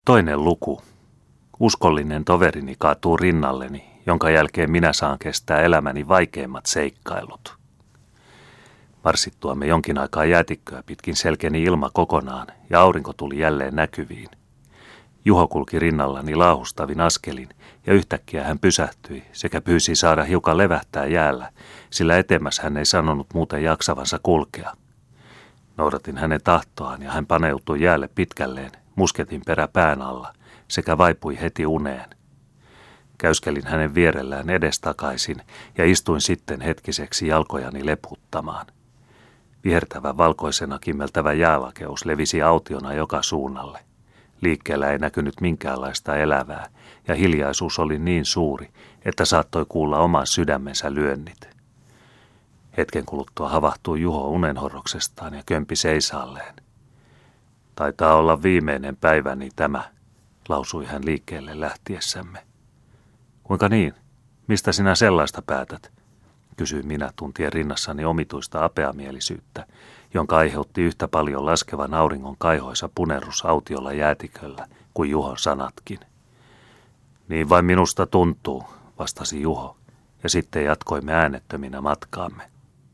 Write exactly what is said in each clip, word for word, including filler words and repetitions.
Toinen luku. Uskollinen toverini kaatuu rinnalleni, jonka jälkeen minä saan kestää elämäni vaikeimmat seikkailut. Marssittuamme jonkin aikaa jäätikköä pitkin selkeni ilma kokonaan ja aurinko tuli jälleen näkyviin. Juho kulki rinnallani laahustavin askelin ja yhtäkkiä hän pysähtyi sekä pyysi saada hiukan levähtää jäällä, sillä etemmäs hän ei sanonut muuten jaksavansa kulkea. Noudatin hänen tahtoaan ja hän paneutui jäälle pitkälleen, musketin perä pään alla, sekä vaipui heti uneen. Käyskelin hänen vierellään edestakaisin ja istuin sitten hetkiseksi jalkojani leputtamaan. Vihertävä valkoisena kimmeltävä jäälakeus levisi autiona joka suunnalle. Liikkeellä ei näkynyt minkäänlaista elävää, ja hiljaisuus oli niin suuri, että saattoi kuulla oman sydämensä lyönnit. Hetken kuluttua havahtui Juho unenhorroksestaan ja kömpi seisaalleen. Taitaa olla viimeinen päiväni tämä, lausui hän liikkeelle lähtiessämme. Kuinka niin? Mistä sinä sellaista päätät? Kysyin minä tuntien rinnassani omituista apeamielisyyttä, jonka aiheutti yhtä paljon laskevan auringon kaihoisa punerrus autiolla jäätiköllä kuin Juhon sanatkin. Niin vain minusta tuntuu, vastasi Juho, ja sitten jatkoimme äänettöminä matkaamme.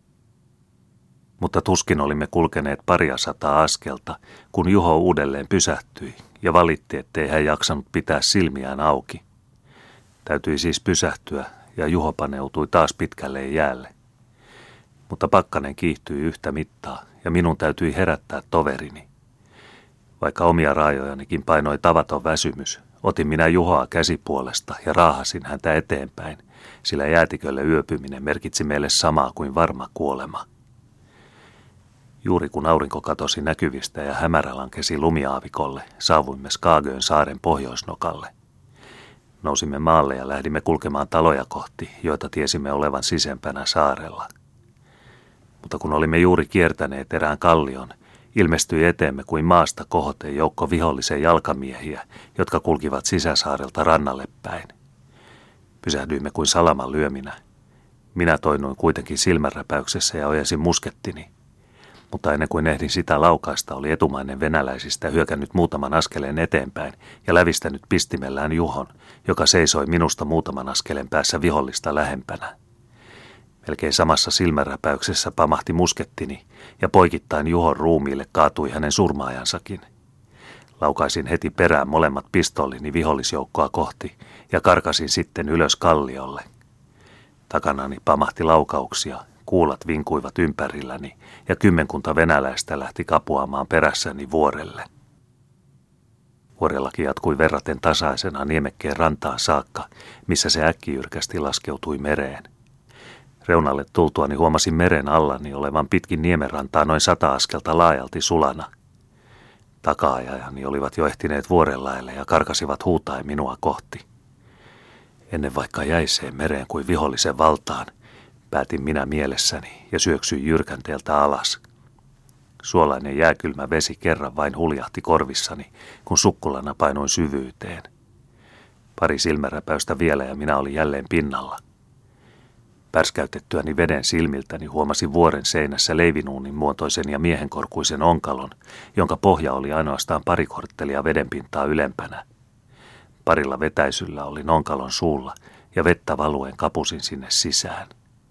Mutta tuskin olimme kulkeneet paria sataa askelta, kun Juho uudelleen pysähtyi ja valitti, ettei hän jaksanut pitää silmiään auki. Täytyi siis pysähtyä, ja Juho paneutui taas pitkälle jäälle. Mutta pakkanen kiihtyi yhtä mittaa, ja minun täytyi herättää toverini. Vaikka omia raajojanikin painoi tavaton väsymys, otin minä Juhoa käsipuolesta ja raahasin häntä eteenpäin, sillä jäätikölle yöpyminen merkitsi meille samaa kuin varma kuolema. Juuri kun aurinko katosi näkyvistä ja hämärä lankesi lumiaavikolle, saavuimme Skagön saaren pohjoisnokalle. Nousimme maalle ja lähdimme kulkemaan taloja kohti, joita tiesimme olevan sisempänä saarella. Mutta kun olimme juuri kiertäneet erään kallion, ilmestyi eteemme kuin maasta kohoten joukko vihollisen jalkamiehiä, jotka kulkivat sisäsaarelta rannalle päin. Pysähdyimme kuin salaman lyöminä. Minä toinuin kuitenkin silmänräpäyksessä ja ojensin muskettini. Mutta ennen kuin ehdin sitä laukaista, oli etumainen venäläisistä hyökännyt muutaman askeleen eteenpäin ja lävistänyt pistimellään Juhon, joka seisoi minusta muutaman askelen päässä vihollista lähempänä. Melkein samassa silmänräpäyksessä pamahti muskettini ja poikittain Juhon ruumiille kaatui hänen surmaajansakin. Laukaisin heti perään molemmat pistollini vihollisjoukkoa kohti ja karkasin sitten ylös kalliolle. Takanani pamahti laukauksia. Kuulat vinkuivat ympärilläni ja kymmenkunta venäläistä lähti kapuamaan perässäni vuorelle. Vuorellakin jatkui verraten tasaisena niemekkeen rantaan saakka, missä se äkkijyrkästi laskeutui mereen. Reunalle tultuani huomasin meren allani olevan pitkin niemenrantaa noin sata askelta laajalti sulana. Takaajajani olivat jo ehtineet vuorenlaelle ja karkasivat huutaen minua kohti. Ennen vaikka jäiseen mereen kuin vihollisen valtaan, päätin minä mielessäni ja syöksyin jyrkänteeltä alas. Suolainen jääkylmä vesi kerran vain huljahti korvissani, kun sukkulana painoin syvyyteen. Pari silmänräpäystä vielä ja minä olin jälleen pinnalla. Pärskäytettyäni veden silmiltäni huomasin vuoren seinässä leivinuunin muotoisen ja miehenkorkuisen onkalon, jonka pohja oli ainoastaan pari korttelia vedenpintaa ylempänä. Parilla vetäisyllä olin onkalon suulla ja vettä valuen kapusin sinne sisään.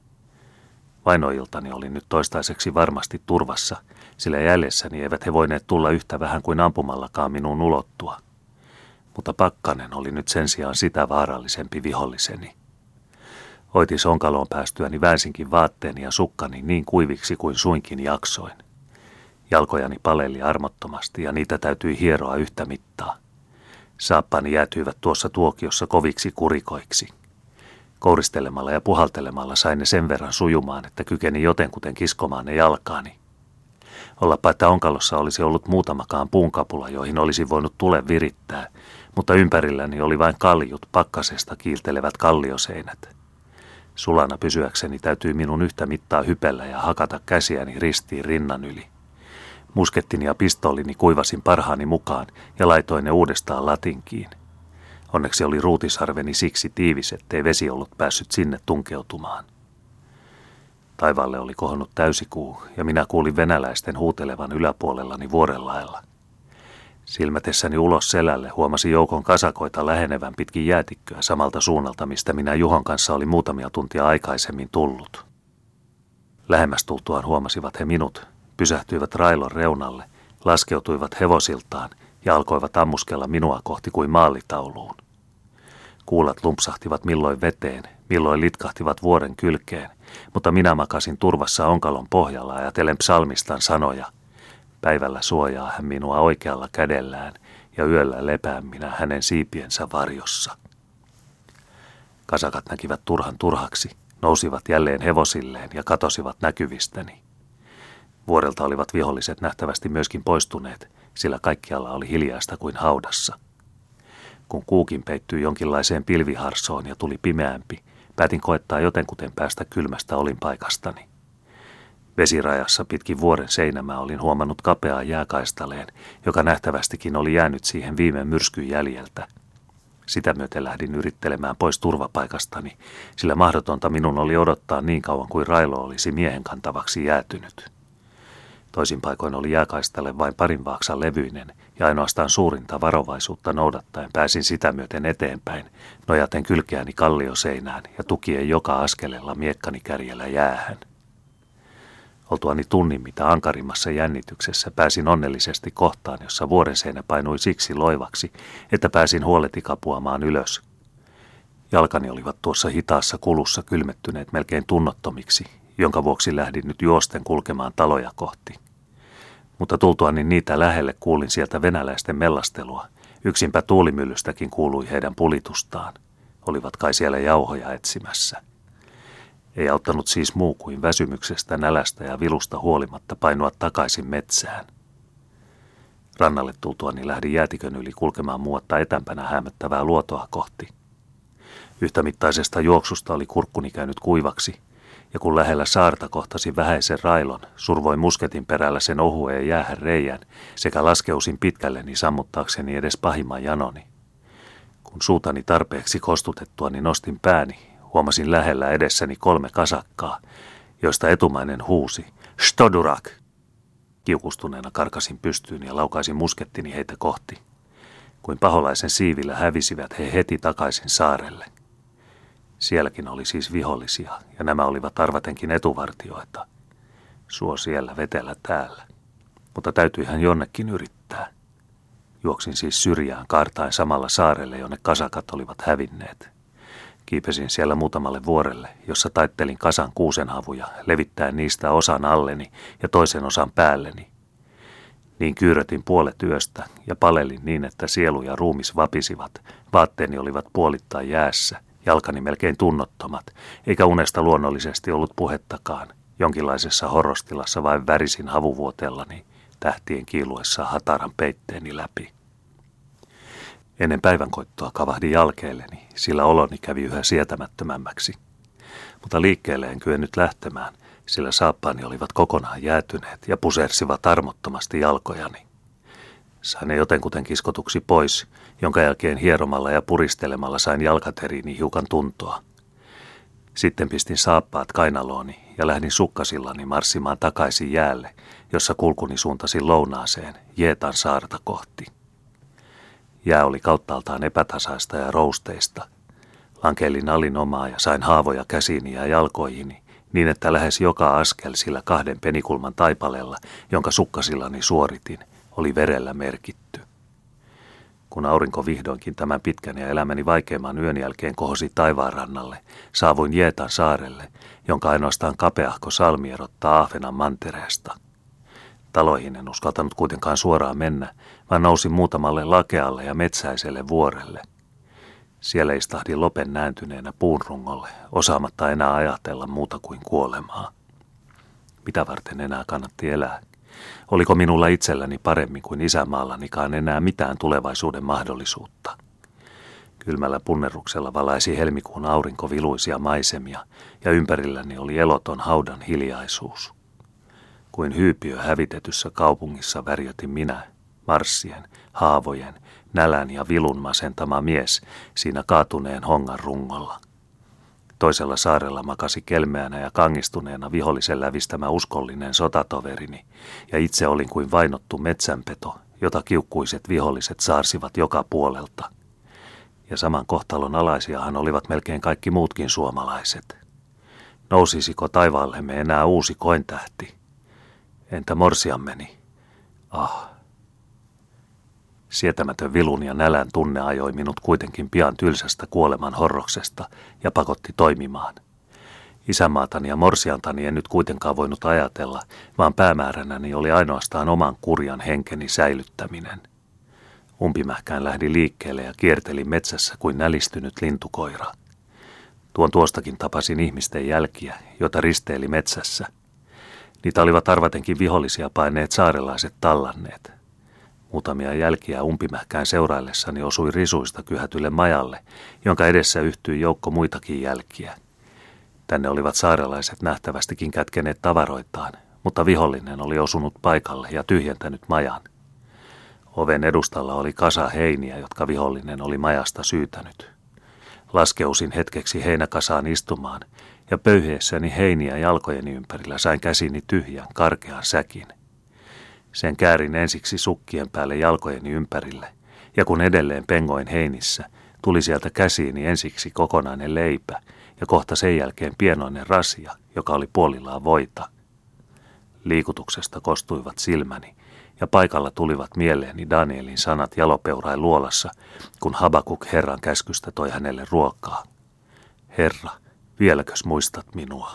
Vainoiltani oli nyt toistaiseksi varmasti turvassa, sillä jäljessäni eivät he voineet tulla yhtä vähän kuin ampumallakaan minuun ulottua. Mutta pakkanen oli nyt sen sijaan sitä vaarallisempi viholliseni. Oitis onkaloon päästyäni väänsinkin vaatteeni ja sukkani niin kuiviksi kuin suinkin jaksoin. Jalkojani paleli armottomasti ja niitä täytyi hieroa yhtä mittaa. Saappaani jäätyivät tuossa tuokiossa koviksi kurikoiksi. Kouristelemalla ja puhaltelemalla sain ne sen verran sujumaan, että kykeni jotenkuten kiskomaan ne jalkaani. Ollapa, että onkalossa olisi ollut muutamakaan puunkapula, joihin olisi voinut tule virittää, mutta ympärilläni oli vain kaljut pakkasesta kiiltelevät kallioseinät. Sulana pysyäkseni täytyi minun yhtä mittaa hypellä ja hakata käsiäni ristiin rinnan yli. Muskettini ja pistollini kuivasin parhaani mukaan ja laitoin ne uudestaan latinkiin. Onneksi oli ruutisarveni siksi tiivis, ettei vesi ollut päässyt sinne tunkeutumaan. Taivaalle oli kohonnut täysikuu ja minä kuulin venäläisten huutelevan yläpuolellani vuorenlaella. Silmätessäni ulos selälle huomasi joukon kasakoita lähenevän pitkin jäätikköä samalta suunnalta, mistä minä Juhon kanssa oli muutamia tuntia aikaisemmin tullut. Lähemmäs tultuaan huomasivat he minut, pysähtyivät railon reunalle, laskeutuivat hevosiltaan ja alkoivat ammuskella minua kohti kuin maalitauluun. Kuulat lumpsahtivat milloin veteen, milloin litkahtivat vuoren kylkeen, mutta minä makasin turvassa onkalon pohjalla ajatellen psalmistan sanoja. Päivällä suojaa hän minua oikealla kädellään ja yöllä lepään minä hänen siipiensä varjossa. Kasakat näkivät turhan turhaksi, nousivat jälleen hevosilleen ja katosivat näkyvistäni. Vuorelta olivat viholliset nähtävästi myöskin poistuneet, sillä kaikkialla oli hiljaista kuin haudassa. Kun kuukin peittyi jonkinlaiseen pilviharsoon ja tuli pimeämpi, päätin koettaa jotenkuten päästä kylmästä olinpaikastani. Vesirajassa pitkin vuoren seinämää olin huomannut kapeaa jääkaistaleen, joka nähtävästikin oli jäänyt siihen viime myrskyn jäljeltä. Sitä myöten lähdin yrittelemään pois turvapaikastani, sillä mahdotonta minun oli odottaa niin kauan kuin railo olisi miehen kantavaksi jäätynyt. Toisin paikoin oli jääkaistalle vain parin vaaksan levyinen, ja ainoastaan suurinta varovaisuutta noudattaen pääsin sitä myöten eteenpäin, nojaten kylkeäni kallioseinään ja tukien joka askelella miekkani kärjellä jäähän. Oltuani tunnin mitä ankarimmassa jännityksessä pääsin onnellisesti kohtaan, jossa vuorenseinä painui siksi loivaksi, että pääsin huoleti kapuamaan ylös. Jalkani olivat tuossa hitaassa kulussa kylmettyneet melkein tunnottomiksi, jonka vuoksi lähdin nyt juosten kulkemaan taloja kohti. Mutta tultuani niitä lähelle kuulin sieltä venäläisten mellastelua. Yksinpä tuulimyllystäkin kuului heidän pulitustaan. Olivat kai siellä jauhoja etsimässä. Ei auttanut siis muu kuin väsymyksestä, nälästä ja vilusta huolimatta painua takaisin metsään. Rannalle tultuani lähdin jäätikön yli kulkemaan muuatta etämpänä häämöttävää luotoa kohti. Yhtämittaisesta juoksusta oli kurkkuni käynyt kuivaksi, ja kun lähellä saarta kohtasin vähäisen railon, survoin musketin perällä sen ohueen jäähän reijän sekä laskeusin pitkälleni sammuttaakseni edes pahimman janoni. Kun suutani tarpeeksi kostutettuani nostin pääni, huomasin lähellä edessäni kolme kasakkaa, joista etumainen huusi, Stodurak! Kiukustuneena karkasin pystyyn ja laukaisin muskettini heitä kohti. Kuin paholaisen siivillä hävisivät he heti takaisin saarelle. Sielläkin oli siis vihollisia, ja nämä olivat arvatenkin etuvartioita. Suo siellä, vetellä täällä. Mutta täytyihän jonnekin yrittää. Juoksin siis syrjään kaartain samalla saarelle, jonne kasakat olivat hävinneet. Kiipesin siellä muutamalle vuorelle, jossa taittelin kasan kuusenhavuja, levittäen niistä osan alleni ja toisen osan päälleni. Niin kyyrötin puolet yöstä ja palelin niin, että sielu ja ruumis vapisivat, vaatteeni olivat puolittain jäässä, jalkani melkein tunnottomat, eikä unesta luonnollisesti ollut puhettakaan. Jonkinlaisessa horrostilassa vain värisin havuvuotellani, tähtien kiiluessa hataran peitteeni läpi. Ennen päivänkoittoa kavahdin jalkeilleni, sillä oloni kävi yhä sietämättömämmäksi. Mutta liikkeelle en kyennyt lähtemään, sillä saappaani olivat kokonaan jäätyneet ja pusersivat armottomasti jalkojani. Sain ne jotenkuten kiskotuksi pois, jonka jälkeen hieromalla ja puristelemalla sain jalkateriini hiukan tuntoa. Sitten pistin saappaat kainalooni ja lähdin sukkasillani marssimaan takaisin jäälle, jossa kulkuni suuntasin lounaaseen, Jeetan saarta kohti. Jää oli kauttaaltaan epätasaista ja rousteista. Lankeilin alinomaa ja sain haavoja käsiini ja jalkoihini, niin että lähes joka askel sillä kahden penikulman taipaleella, jonka sukkasillani suoritin, oli verellä merkitty. Kun aurinko vihdoinkin tämän pitkän ja elämäni vaikeimman yön jälkeen kohosi taivaanrannalle, saavuin Jeetan saarelle, jonka ainoastaan kapeahko salmi erottaa Ahvenan mantereesta. Taloihin en uskaltanut kuitenkaan suoraan mennä, vaan nousin muutamalle lakealle ja metsäiselle vuorelle. Siellä istahdin lopen nääntyneenä puunrungolle, osaamatta enää ajatella muuta kuin kuolemaa. Mitä varten enää kannatti elää? Oliko minulla itselläni paremmin kuin isämaallanikaan enää mitään tulevaisuuden mahdollisuutta? Kylmällä punneruksella valaisi helmikuun aurinko viluisia maisemia, ja ympärilläni oli eloton haudan hiljaisuus. Kuin hyypiö hävitetyssä kaupungissa värjötin minä, marssien, haavojen, nälän ja vilun masentama mies siinä kaatuneen hongan rungolla. Toisella saarella makasi kelmeänä ja kangistuneena vihollisen lävistämä uskollinen sotatoverini, ja itse olin kuin vainottu metsänpeto, jota kiukkuiset viholliset saarsivat joka puolelta. Ja saman kohtalon alaisiahan olivat melkein kaikki muutkin suomalaiset. Nousisiko taivaallemme enää uusi kointähti? Entä morsiammeni? Ah. Sietämätön vilun ja nälän tunne ajoi minut kuitenkin pian tylsästä kuoleman horroksesta ja pakotti toimimaan. Isämaatani ja morsiantani en nyt kuitenkaan voinut ajatella, vaan päämääränäni oli ainoastaan oman kurjan henkeni säilyttäminen. Umpimähkään lähdin liikkeelle ja kiertelin metsässä kuin nälistynyt lintukoira. Tuon tuostakin tapasin ihmisten jälkiä, joita risteili metsässä. Niitä olivat arvatenkin vihollisia paineet saarelaiset tallanneet. Muutamia jälkiä umpimähkään seuraillessani osui risuista kyhätylle majalle, jonka edessä yhtyi joukko muitakin jälkiä. Tänne olivat saarelaiset nähtävästikin kätkeneet tavaroitaan, mutta vihollinen oli osunut paikalle ja tyhjentänyt majan. Oven edustalla oli kasa heiniä, jotka vihollinen oli majasta syytänyt. Laskeusin hetkeksi heinäkasaan istumaan, ja pöyhiessäni heiniä jalkojeni ympärillä sain käsini tyhjän, karkean säkin. Sen käärin ensiksi sukkien päälle jalkojeni ympärille, ja kun edelleen pengoin heinissä, tuli sieltä käsiini ensiksi kokonainen leipä, ja kohta sen jälkeen pienoinen rasia, joka oli puolillaan voita. Liikutuksesta kostuivat silmäni, ja paikalla tulivat mieleeni Danielin sanat jalopeurain luolassa, kun Habakuk Herran käskystä toi hänelle ruokaa. Herra, vieläkös muistat minua?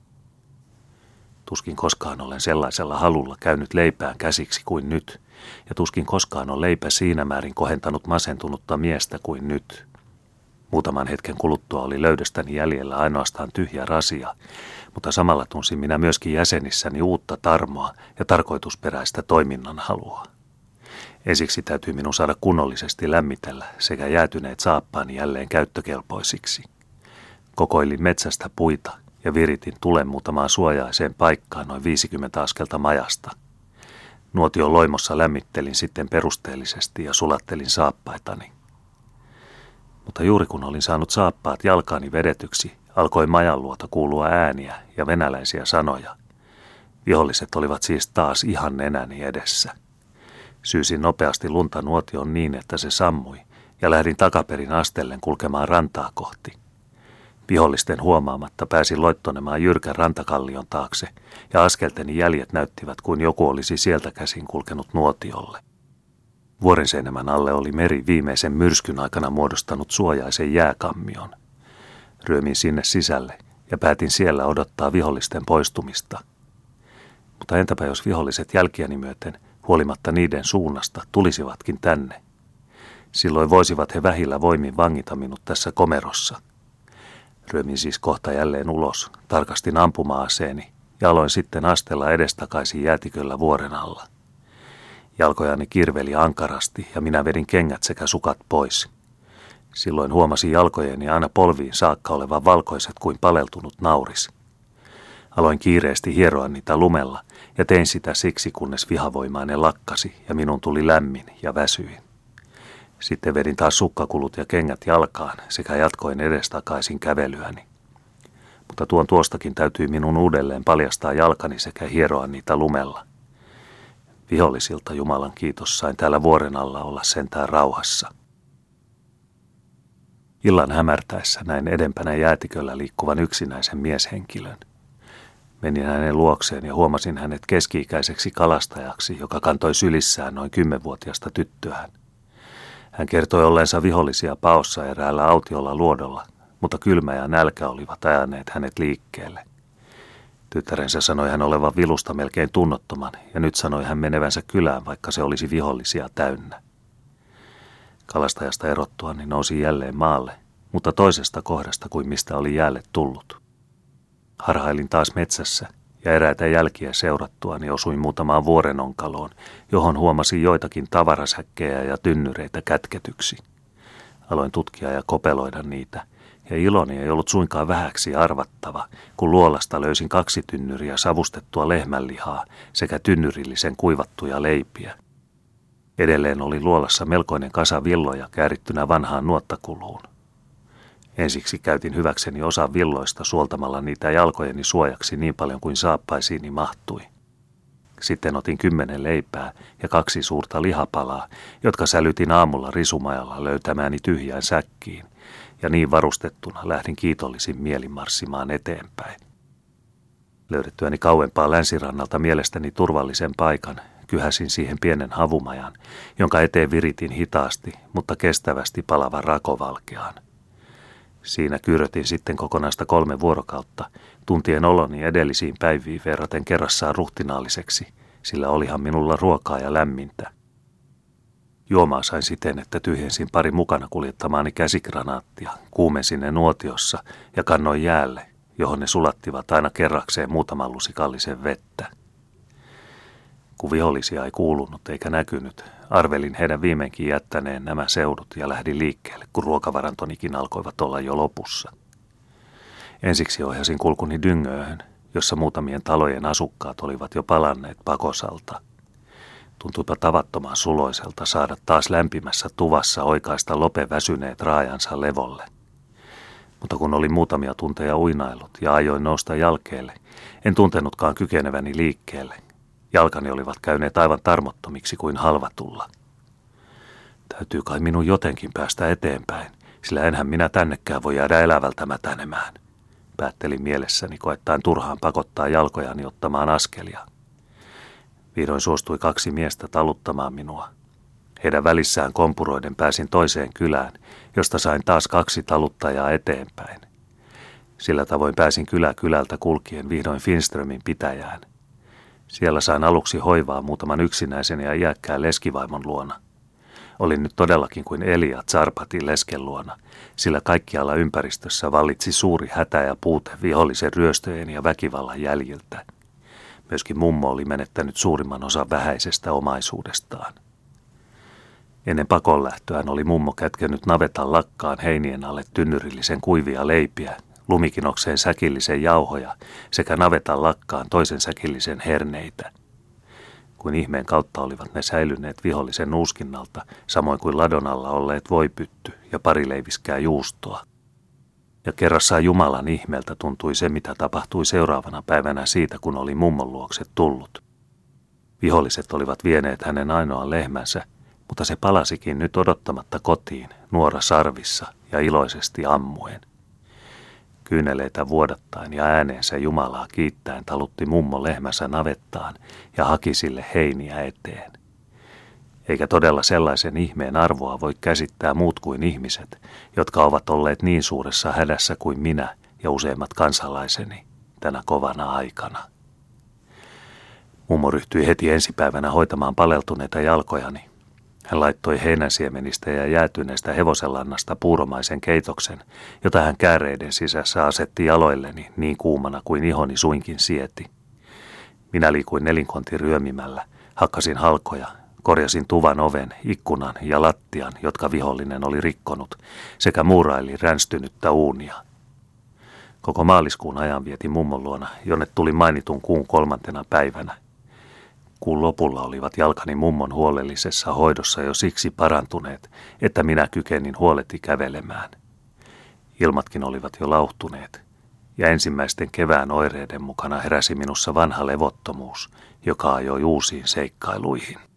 Tuskin koskaan olen sellaisella halulla käynyt leipään käsiksi kuin nyt, ja tuskin koskaan on leipä siinä määrin kohentanut masentunutta miestä kuin nyt. Muutaman hetken kuluttua oli löydöstäni jäljellä ainoastaan tyhjä rasia, mutta samalla tunsin minä myöskin jäsenissäni uutta tarmoa ja tarkoitusperäistä toiminnan halua. Ensiksi täytyy minun saada kunnollisesti lämmitellä sekä jäätyneet saappaani jälleen käyttökelpoisiksi. Kokoilin metsästä puita ja viritin tulen muutamaan suojaiseen paikkaan noin viisikymmentä askelta majasta. Nuotion loimossa lämmittelin sitten perusteellisesti ja sulattelin saappaitani. Mutta juuri kun olin saanut saappaat jalkaani vedetyksi, alkoi majan luota kuulua ääniä ja venäläisiä sanoja. Viholliset olivat siis taas ihan nenäni edessä. Syysin nopeasti lunta nuotion niin, että se sammui, ja lähdin takaperin astellen kulkemaan rantaa kohti. Vihollisten huomaamatta pääsin loittonemaan jyrkän rantakallion taakse, ja askelteni jäljet näyttivät kuin joku olisi sieltä käsin kulkenut nuotiolle. Vuorenseinämän alle oli meri viimeisen myrskyn aikana muodostanut suojaisen jääkammion. Ryömin sinne sisälle ja päätin siellä odottaa vihollisten poistumista. Mutta entäpä jos viholliset jälkiäni myöten, huolimatta niiden suunnasta, tulisivatkin tänne? Silloin voisivat he vähillä voimin vangita minut tässä komerossa. Ryömin siis kohta jälleen ulos, tarkastin ampuma-aseeni ja aloin sitten astella edestakaisin jäätiköllä vuoren alla. Jalkojani kirveli ankarasti ja minä vedin kengät sekä sukat pois. Silloin huomasin jalkojeni aina polviin saakka olevan valkoiset kuin paleltunut nauris. Aloin kiireesti hieroa niitä lumella ja tein sitä siksi, kunnes vihavoimainen lakkasi ja minun tuli lämmin ja väsyin. Sitten vedin taas sukkakulut ja kengät jalkaan sekä jatkoin edestakaisin kävelyäni. Mutta tuon tuostakin täytyi minun uudelleen paljastaa jalkani sekä hieroa niitä lumella. Vihollisilta Jumalan kiitos sain täällä vuoren alla olla sentään rauhassa. Illan hämärtäessä näin edempänä jäätiköllä liikkuvan yksinäisen mieshenkilön. Menin hänen luokseen ja huomasin hänet keski-ikäiseksi kalastajaksi, joka kantoi sylissään noin kymmenvuotiasta tyttöään. Hän kertoi olleensa vihollisia paossa eräällä autiolla luodolla, mutta kylmä ja nälkä olivat ajaneet hänet liikkeelle. Tyttärensä sanoi hän olevan vilusta melkein tunnottoman, ja nyt sanoi hän menevänsä kylään, vaikka se olisi vihollisia täynnä. Kalastajasta erottuani nousi jälleen maalle, mutta toisesta kohdasta kuin mistä oli jäälle tullut. Harhailin taas metsässä, ja eräitä jälkiä seurattuani osuin muutamaan vuorenonkaloon, johon huomasin joitakin tavarasäkkejä ja tynnyreitä kätketyksi. Aloin tutkia ja kopeloida niitä, ja iloni ei ollut suinkaan vähäksi arvattava, kun luolasta löysin kaksi tynnyriä savustettua lehmänlihaa sekä tynnyrillisen kuivattuja leipiä. Edelleen oli luolassa melkoinen kasa villoja käärittynä vanhaan nuottakuluun. Ensiksi käytin hyväkseni osa villoista suoltamalla niitä jalkojeni suojaksi niin paljon kuin saappaisiini mahtui. Sitten otin kymmenen leipää ja kaksi suurta lihapalaa, jotka sälytin aamulla risumajalla löytämääni tyhjään säkkiin, ja niin varustettuna lähdin kiitollisin mielin marssimaan eteenpäin. Löydettyäni kauempaa länsirannalta mielestäni turvallisen paikan, kyhäsin siihen pienen havumajan, jonka eteen viritin hitaasti, mutta kestävästi palavan rakovalkeaan. Siinä kyrötin sitten kokonaista kolme vuorokautta, tuntien oloni edellisiin päiviin verraten kerrassaan ruhtinaalliseksi, sillä olihan minulla ruokaa ja lämmintä. Juomaa sain siten, että tyhjensin pari mukana kuljettamaani käsikranaattia, kuumensin ne nuotiossa ja kannoin jäälle, johon ne sulattivat aina kerrakseen muutaman lusikallisen vettä. Kun vihollisia ei kuulunut eikä näkynyt, arvelin heidän viimeinkin jättäneen nämä seudut ja lähdin liikkeelle, kun ruokavarantonikin alkoivat olla jo lopussa. Ensiksi ohjasin kulkuni Dyngööhön, jossa muutamien talojen asukkaat olivat jo palanneet pakosalta. Tuntuipa tavattoman suloiselta saada taas lämpimässä tuvassa oikaista Lope väsyneet raajansa levolle. Mutta kun olin muutamia tunteja uinaillut ja ajoin nousta jalkeelle, en tuntenutkaan kykeneväni liikkeelle. Jalkani olivat käyneet aivan tarmottomiksi kuin halvatulla. Täytyy kai minun jotenkin päästä eteenpäin, sillä enhän minä tännekään voi jäädä elävältä mätänemään. Päättelin mielessäni koettaen turhaan pakottaa jalkojani ottamaan askelia. Vihdoin suostui kaksi miestä taluttamaan minua. Heidän välissään kompuroiden pääsin toiseen kylään, josta sain taas kaksi taluttajaa eteenpäin. Sillä tavoin pääsin kylä kylältä kulkien vihdoin Finströmin pitäjään. Siellä sain aluksi hoivaa muutaman yksinäisen ja iäkkään leskivaimon luona. Olin nyt todellakin kuin Elia Tsarpatin lesken luona, sillä kaikkialla ympäristössä vallitsi suuri hätä ja puute vihollisen ryöstöjen ja väkivallan jäljiltä. Myöskin mummo oli menettänyt suurimman osan vähäisestä omaisuudestaan. Ennen pakonlähtöään oli mummo kätkenyt navetan lakkaan heinien alle tynnyrillisen kuivia leipiä, lumikinokseen säkillisen jauhoja sekä navetan lakkaan toisen säkillisen herneitä. Kuin ihmeen kautta olivat ne säilyneet vihollisen nuuskinnalta, samoin kuin ladon alla olleet voipytty ja pari leiviskää juustoa. Ja kerrassaan Jumalan ihmeeltä tuntui se, mitä tapahtui seuraavana päivänä siitä, kun oli mummon luokse tullut. Viholliset olivat vieneet hänen ainoan lehmänsä, mutta se palasikin nyt odottamatta kotiin, nuora sarvissa ja iloisesti ammuen. Kyyneleitä vuodattaen ja ääneensä Jumalaa kiittäen talutti mummo lehmänsä navettaan ja haki sille heiniä eteen. Eikä todella sellaisen ihmeen arvoa voi käsittää muut kuin ihmiset, jotka ovat olleet niin suuressa hädässä kuin minä ja useimmat kansalaiseni tänä kovana aikana. Mummo ryhtyi heti ensipäivänä hoitamaan paleltuneita jalkojani. Hän laittoi heinänsiemenistä ja jäätyneestä hevosenlannasta puuromaisen keitoksen, jota hän kääreiden sisässä asetti jaloilleni niin kuumana kuin ihoni suinkin sieti. Minä liikuin nelinkontin ryömimällä, hakkasin halkoja, korjasin tuvan oven, ikkunan ja lattian, jotka vihollinen oli rikkonut, sekä muurailin ränstynyttä uunia. Koko maaliskuun ajan vietin mummon luona, jonne tuli mainitun kuun kolmantena päivänä. Kuun lopulla olivat jalkani mummon huolellisessa hoidossa jo siksi parantuneet, että minä kykenin huoleti kävelemään. Ilmatkin olivat jo lauhtuneet, ja ensimmäisten kevään oireiden mukana heräsi minussa vanha levottomuus, joka ajoi uusiin seikkailuihin.